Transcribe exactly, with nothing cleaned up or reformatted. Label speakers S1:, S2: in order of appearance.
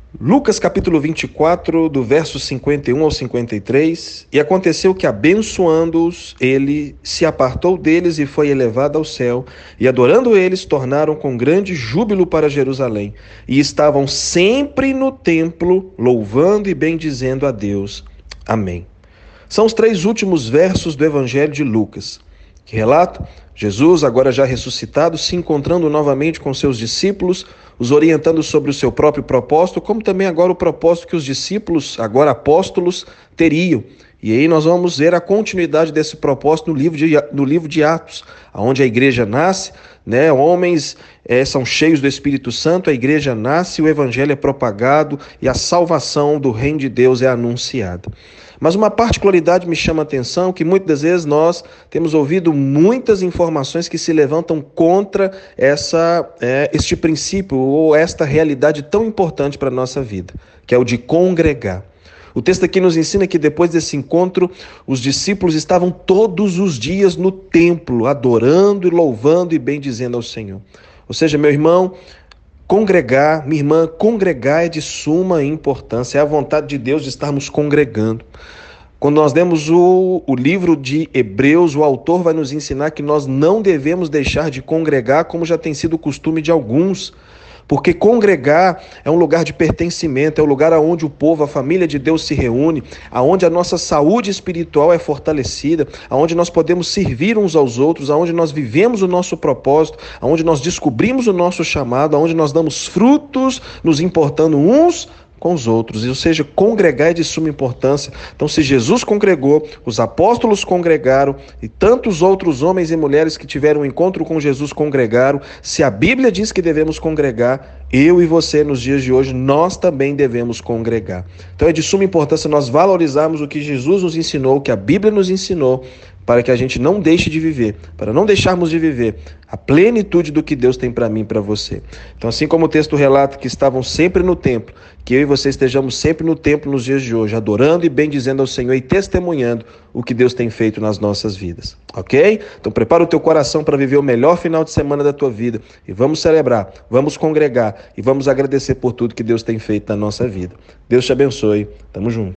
S1: Lucas capítulo vinte e quatro, do verso cinquenta e um ao cinquenta e três. E aconteceu que, abençoando-os, ele se apartou deles e foi elevado ao céu. E adorando eles, tornaram com grande júbilo para Jerusalém. E estavam sempre no templo, louvando e bendizendo a Deus. Amém. São os três últimos versos do Evangelho de Lucas, que relatam Jesus, agora já ressuscitado, se encontrando novamente com seus discípulos, os orientando sobre o seu próprio propósito, como também agora o propósito que os discípulos, agora apóstolos, teriam. E aí nós vamos ver a continuidade desse propósito no livro de, no livro de Atos, onde a igreja nasce, né? Homens é, são cheios do Espírito Santo, a igreja nasce, o evangelho é propagado e a salvação do reino de Deus é anunciada. Mas uma particularidade me chama a atenção, que muitas vezes nós temos ouvido muitas informações que se levantam contra essa, é, este princípio ou esta realidade tão importante para a nossa vida, que é o de congregar. O texto aqui nos ensina que depois desse encontro, os discípulos estavam todos os dias no templo, adorando e louvando e bendizendo ao Senhor. Ou seja, meu irmão, congregar, minha irmã, congregar é de suma importância, é a vontade de Deus de estarmos congregando. Quando nós lemos o, o livro de Hebreus, o autor vai nos ensinar que nós não devemos deixar de congregar, como já tem sido o costume de alguns, porque congregar é um lugar de pertencimento, é o lugar onde o povo, a família de Deus se reúne, onde a nossa saúde espiritual é fortalecida, onde nós podemos servir uns aos outros, onde nós vivemos o nosso propósito, onde nós descobrimos o nosso chamado, onde nós damos frutos, nos importando uns com os outros, ou seja, congregar é de suma importância. Então, se Jesus congregou, os apóstolos congregaram e tantos outros homens e mulheres que tiveram um encontro com Jesus congregaram, se a Bíblia diz que devemos congregar, eu e você nos dias de hoje, nós também devemos congregar. Então, é de suma importância nós valorizarmos o que Jesus nos ensinou, o que a Bíblia nos ensinou, para que a gente não deixe de viver, para não deixarmos de viver a plenitude do que Deus tem para mim e para você. Então, assim como o texto relata que estavam sempre no templo, que eu e você estejamos sempre no templo nos dias de hoje, adorando e bendizendo ao Senhor e testemunhando o que Deus tem feito nas nossas vidas, ok? Então, prepara o teu coração para viver o melhor final de semana da tua vida e vamos celebrar, vamos congregar e vamos agradecer por tudo que Deus tem feito na nossa vida. Deus te abençoe. Tamo junto.